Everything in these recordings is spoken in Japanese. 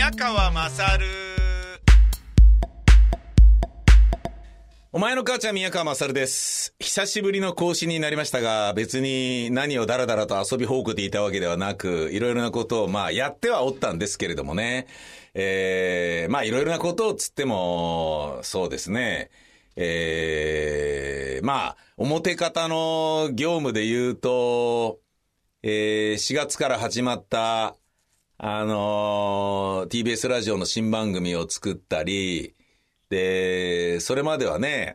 宮川勝。 お前の母ちゃん宮川勝です。久しぶりの更新になりましたが、別に何をダラダラと遊びほうけていたわけではなく、いろいろなことをやってはおったんですけれどもね。いろいろなことをつっても、そうですね。表方の業務で言うと、4月から始まった、TBS ラジオの新番組を作ったり、で、それまではね、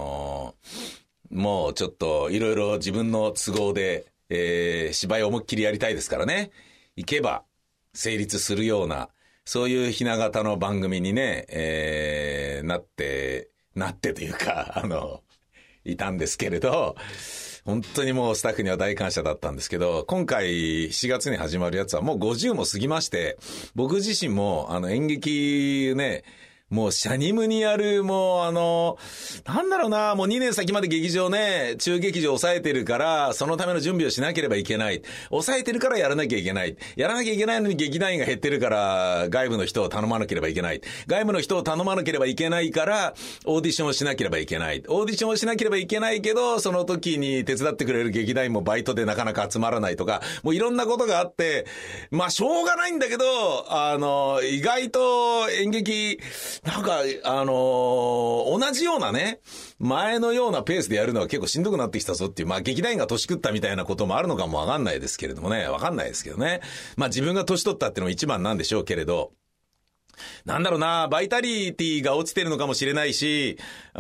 もうちょっといろいろ自分の都合で、芝居を思いっきりやりたいですからね。行けば成立するような、そういうひな形の番組にね、なってというか、いたんですけれど、本当にもうスタッフには大感謝だったんですけど、今回4月に始まるやつはもう50も過ぎまして、僕自身も演劇ね、もうシャニムにやる、もうなんだろうな、もう2年先まで劇場ね、中劇場抑えてるから、そのための準備をしなければいけない。抑えてるからやらなきゃいけない。やらなきゃいけないのに劇団員が減ってるから、外部の人を頼まなければいけない。外部の人を頼まなければいけないから、オーディションをしなければいけない。オーディションをしなければいけないけど、その時に手伝ってくれる劇団員もバイトでなかなか集まらないとか、もういろんなことがあって、しょうがないんだけど、意外と演劇、なんか、同じようなね、前のようなペースでやるのは結構しんどくなってきたぞっていう、劇団員が年食ったみたいなこともあるのかもわかんないですけれどもね、わかんないですけどね。自分が年取ったっていうのも一番なんでしょうけれど、なんだろうな、バイタリティが落ちてるのかもしれないし、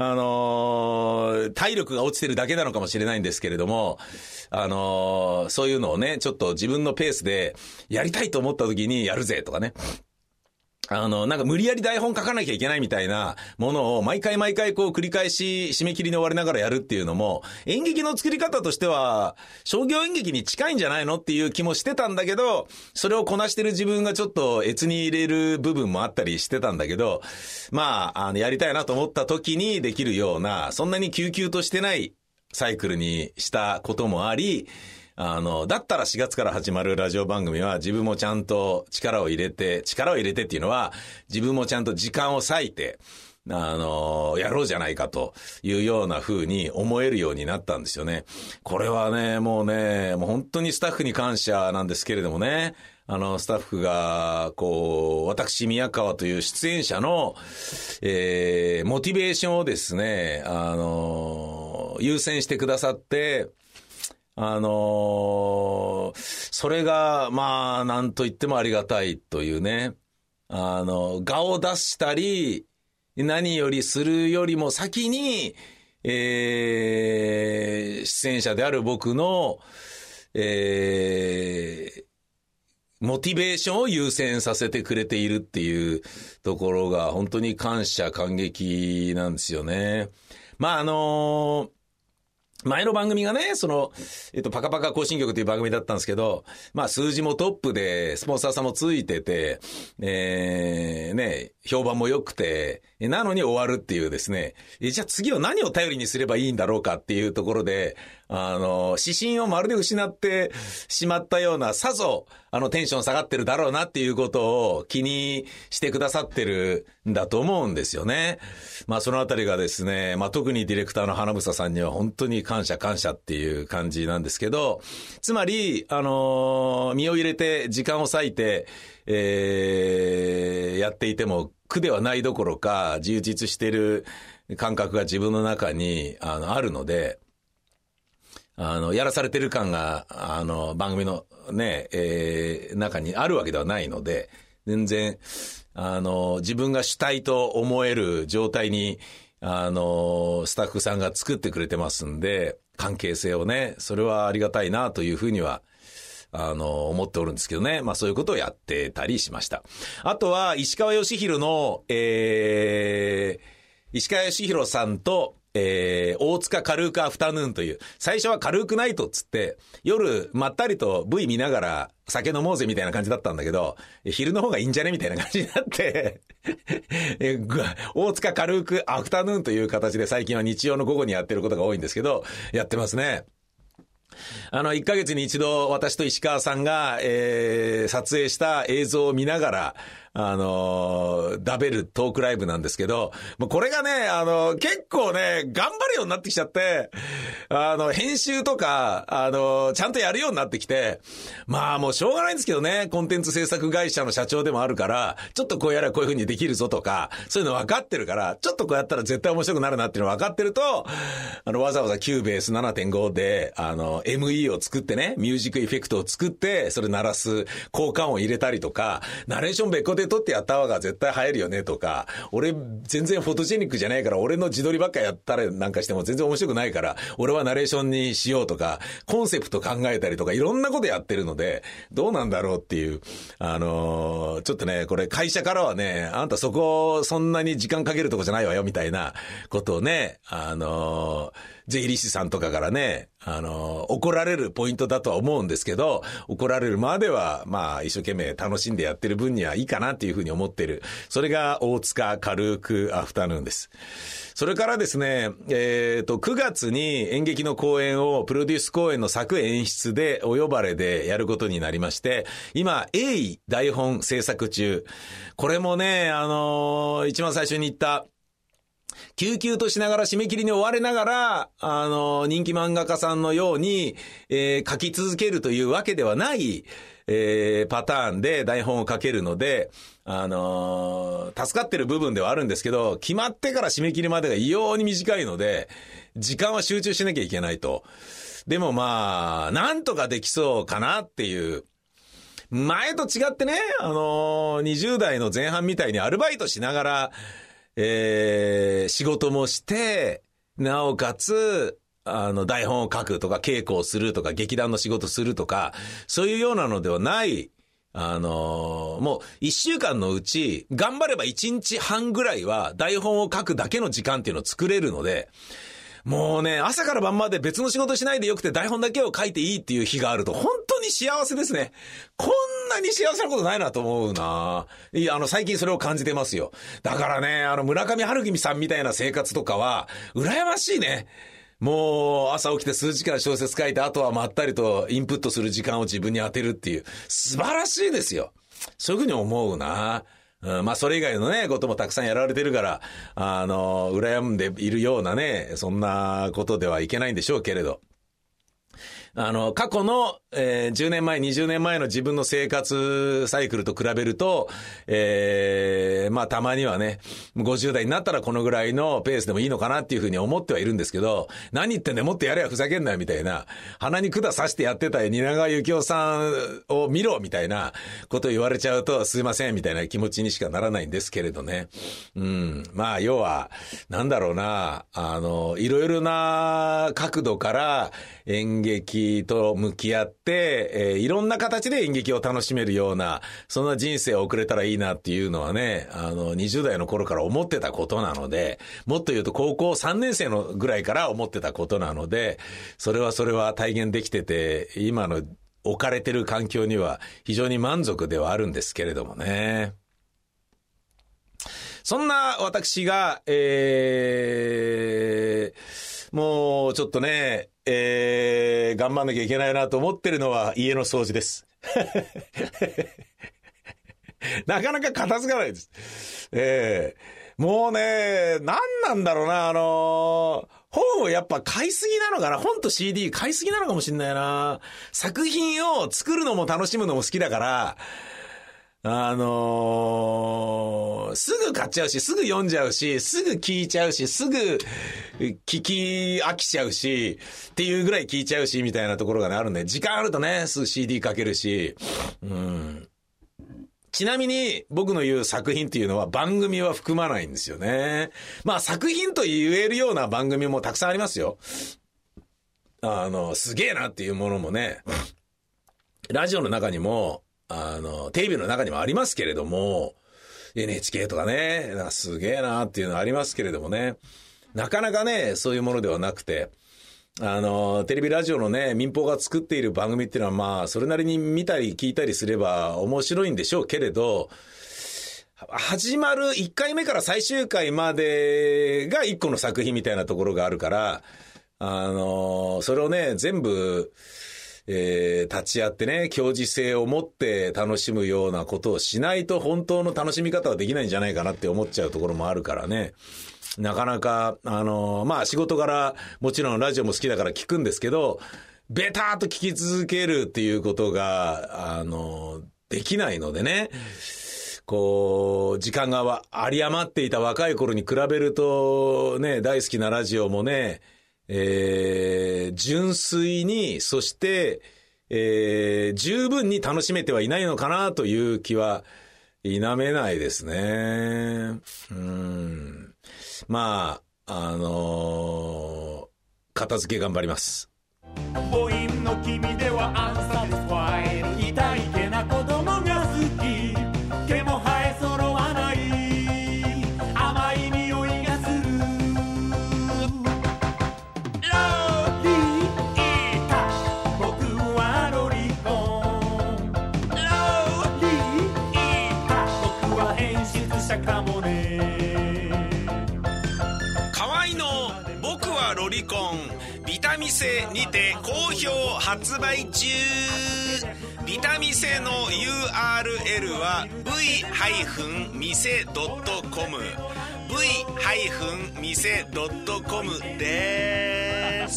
体力が落ちてるだけなのかもしれないんですけれども、そういうのをね、ちょっと自分のペースでやりたいと思った時にやるぜとかね。なんか無理やり台本書かなきゃいけないみたいなものを毎回こう繰り返し締め切りに終わりながらやるっていうのも演劇の作り方としては商業演劇に近いんじゃないのっていう気もしてたんだけど、それをこなしてる自分がちょっと越に入れる部分もあったりしてたんだけど、やりたいなと思った時にできるような、そんなに急々としてないサイクルにしたこともあり、だったら4月から始まるラジオ番組は自分もちゃんと力を入れてっていうのは自分もちゃんと時間を割いて、やろうじゃないかというような風に思えるようになったんですよね。これはね、もう本当にスタッフに感謝なんですけれどもね。スタッフが、私、宮川という出演者の、モチベーションをですね、優先してくださって、それが、なんと言ってもありがたいというね、画を出したり、何よりするよりも先に、出演者である僕の、モチベーションを優先させてくれているっていうところが本当に感激なんですよね。前の番組がね、パカパカ行進曲という番組だったんですけど、数字もトップで、スポンサーさんもついてて、評判も良くて、なのに終わるっていうですね、じゃあ次は何を頼りにすればいいんだろうかっていうところで、指針をまるで失ってしまったような、さぞ、テンション下がってるだろうなっていうことを気にしてくださってるんだと思うんですよね。そのあたりがですね、特にディレクターの花房さんには本当に感謝っていう感じなんですけど、つまり、身を入れて時間を割いて、やっていても苦ではないどころか、充実している感覚が自分の中に、あるので、やらされてる感が、番組のね、中にあるわけではないので、全然、自分が主体と思える状態に、スタッフさんが作ってくれてますんで、関係性をね、それはありがたいなというふうには、思っておるんですけどね。そういうことをやってたりしました。あとは、石川義弘の、石川義弘さんと、大塚軽くアフタヌーンという、最初は軽くナイトっつって、夜まったりと V 見ながら酒飲もうぜみたいな感じだったんだけど、昼の方がいいんじゃねみたいな感じになって、大塚軽くアフタヌーンという形で最近は日曜の午後にやってることが多いんですけど、やってますね。1ヶ月に一度私と石川さんが、撮影した映像を見ながら、 ダベルトークライブなんですけど、もうこれがね、結構ね、頑張るようになってきちゃって、編集とか、ちゃんとやるようになってきて、まあもうしょうがないんですけどね、コンテンツ制作会社の社長でもあるから、ちょっとこうやればこういう風にできるぞとか、そういうの分かってるから、ちょっとこうやったら絶対面白くなるなっていうの分かってると、わざわざキューベース 7.5 で、ME を作ってね、ミュージックエフェクトを作って、それ鳴らす効果音を入れたりとか、ナレーション別個で撮ってやった方が絶対入るよねとか、俺全然フォトジェニックじゃないから、俺の自撮りばっかやったりなんかしても全然面白くないから、俺はナレーションにしようとか、コンセプト考えたりとか、いろんなことやってるので、どうなんだろうっていう、ちょっとね、これ会社からはね、あんたそこそんなに時間かけるとこじゃないわよみたいなことをね、税理士さんとかからね、怒られるポイントだとは思うんですけど、怒られるまでは、まあ、一生懸命楽しんでやってる分にはいいかなっていうふうに思ってる。それが大塚軽くアフタヌーンです。それからですね、9月に演劇の公演をプロデュース公演の作演出でお呼ばれでやることになりまして、今、鋭意台本制作中。これもね、一番最初に言った、救急としながら締め切りに追われながら、人気漫画家さんのように、書き続けるというわけではない、パターンで台本を書けるので、助かってる部分ではあるんですけど、決まってから締め切りまでが異様に短いので、時間は集中しなきゃいけないと。でもまあ、なんとかできそうかなっていう。前と違ってね、20代の前半みたいにアルバイトしながら、仕事もして、なおかつ、台本を書くとか、稽古をするとか、劇団の仕事するとか、そういうようなのではない、もう一週間のうち、頑張れば1日半ぐらいは台本を書くだけの時間っていうのを作れるので、もうね、朝から晩まで別の仕事しないでよくて台本だけを書いていいっていう日があると本当に幸せですね。こんなに幸せなことないなと思うな。いや、最近それを感じてますよ。だからね、村上春樹さんみたいな生活とかは、羨ましいね。もう、朝起きて数時間小説書いて、あとはまったりとインプットする時間を自分に当てるっていう、素晴らしいですよ。そういうふうに思うな。まあそれ以外のねこともたくさんやられてるから羨んでいるようなねそんなことではいけないんでしょうけれど、過去の、10年前、20年前の自分の生活サイクルと比べると、まあたまにはね、50代になったらこのぐらいのペースでもいいのかなっていうふうに思ってはいるんですけど、何言ってんだよ、もっとやれやふざけんなよみたいな、鼻に管刺してやってた蜷川幸雄さんを見ろみたいなことを言われちゃうと、すいませんみたいな気持ちにしかならないんですけれどね。まあ要は、なんだろうな、いろいろな角度から演劇と向き合って、いろんな形で演劇を楽しめるようなそんな人生を送れたらいいなっていうのはね20代の頃から思ってたことなので、もっと言うと高校3年生のぐらいから思ってたことなので、それは体現できてて今の置かれてる環境には非常に満足ではあるんですけれどもね。そんな私がもうちょっとね頑張んなきゃいけないなと思ってるのは家の掃除です。なかなか片付かないです。もうね、何なんだろうな、本をやっぱ買いすぎなのかな、本と CD 買いすぎなのかもしんないな。作品を作るのも楽しむのも好きだから、すぐ買っちゃうし、すぐ読んじゃうし、すぐ聞いちゃうし、すぐ聞き飽きちゃうし、っていうぐらい聞いちゃうし、みたいなところがね、あるんで、時間あるとね、すぐ CD かけるし、ちなみに僕の言う作品っていうのは番組は含まないんですよね。まあ作品と言えるような番組もたくさんありますよ。すげえなっていうものもね、ラジオの中にも、テレビの中にもありますけれども、NHK とかね、なんかすげえなっていうのはありますけれどもね、なかなかね、そういうものではなくて、テレビラジオのね、民放が作っている番組っていうのはまあ、それなりに見たり聞いたりすれば面白いんでしょうけれど、始まる1回目から最終回までが1個の作品みたいなところがあるから、それをね、全部、 立ち会ってね、共時性を持って楽しむようなことをしないと本当の楽しみ方はできないんじゃないかなって思っちゃうところもあるからね。なかなか、まあ仕事柄もちろんラジオも好きだから聞くんですけど、ベターっと聞き続けるっていうことが、できないのでね。こう、時間が有り余っていた若い頃に比べると、ね、大好きなラジオもね、純粋に、そして、十分に楽しめてはいないのかなという気は否めないですね。まあ、片付け頑張ります。 母音の君ではアンサティスファイル、痛いけな子供が好き、毛も生え揃わない甘い匂いがする。ロリータ、僕はロリコン。ロリータ、僕は演出者かもね。 河合の僕はロリコン、ビタミセにて好評発売中。ビタミセの URL は v-mise.com v-mise.com です。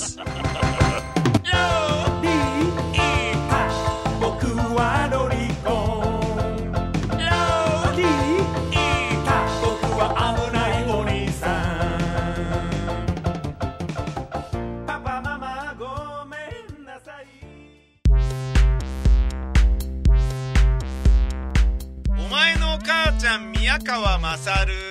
僕はロリコン。ロリータ、僕は危ないお兄さん。パパママごめんなさい。 お前の母ちゃん宮川勝。